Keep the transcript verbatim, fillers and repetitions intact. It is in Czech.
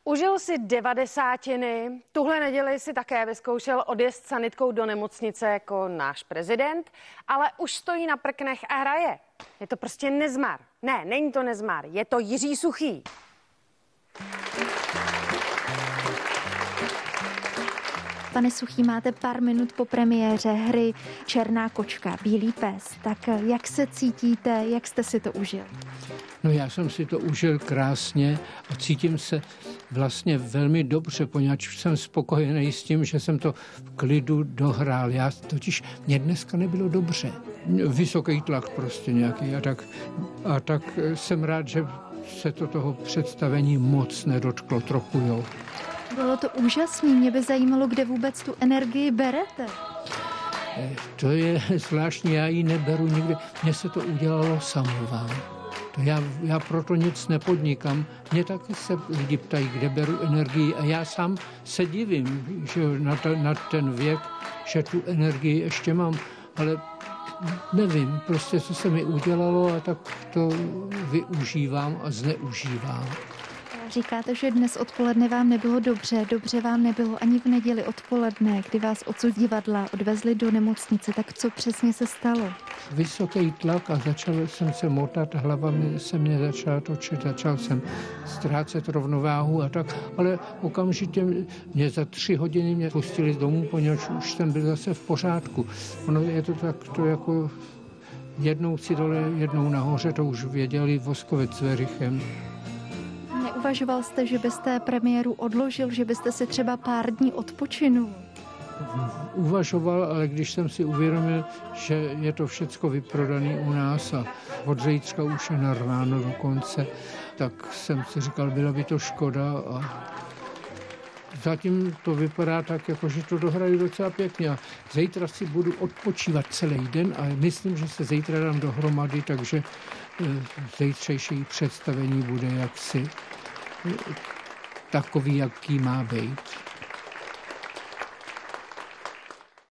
Užil si devadesátiny, tuhle neděli si také vyzkoušel odjezd sanitkou do nemocnice jako náš prezident, ale už stojí na prknech a hraje. Je to prostě nezmar. Ne, není to nezmar, je to Jiří Suchý. Pane Suchý, máte pár minut po premiéře hry Černá kočka, Bílý pes. Tak jak se cítíte, jak jste si to užil? No já jsem si to užil krásně a cítím se vlastně velmi dobře, poněvadž jsem spokojený s tím, že jsem to v klidu dohrál. Já totiž, mě dneska nebylo dobře. Vysoký tlak prostě nějaký a tak, a tak jsem rád, že se to toho představení moc nedotklo, trochu jo. Bylo to úžasné, mě by zajímalo, kde vůbec tu energii berete. To je zvláštní, já ji neberu nikde. Mně se to udělalo samo vám. To já, já proto nic nepodnikám. Mě taky se lidi ptají, kde beru energii a já sám se divím, že na, ta, na ten věk, že tu energii ještě mám, ale nevím, prostě co se mi udělalo a tak to využívám a zneužívám. Říkáte, že dnes odpoledne vám nebylo dobře, dobře vám nebylo ani v neděli odpoledne, kdy vás odsud divadla odvezli do nemocnice, tak co přesně se stalo? Vysoký tlak a začal jsem se motat, hlava se mě začala točit, začal jsem ztrácet rovnováhu a tak, ale okamžitě mě za tři hodiny mě pustili z domu, poněvadž už jsem byl zase v pořádku. Ono je to tak, to jako jednou si dole, jednou nahoře, to už věděli Voskovec s Verichem. Neuvažoval jste, že byste premiéru odložil, že byste si třeba pár dní odpočinul? Uvažoval, ale když jsem si uvědomil, že je to všecko vyprodané u nás a od zítřka už je narváno dokonce, tak jsem si říkal, byla by to škoda a zatím to vypadá tak, jako že to dohraju docela pěkně a zítra si budu odpočívat celý den a myslím, že se zítra dám dohromady, takže zítřejší představení bude jaksi takový, jaký má být.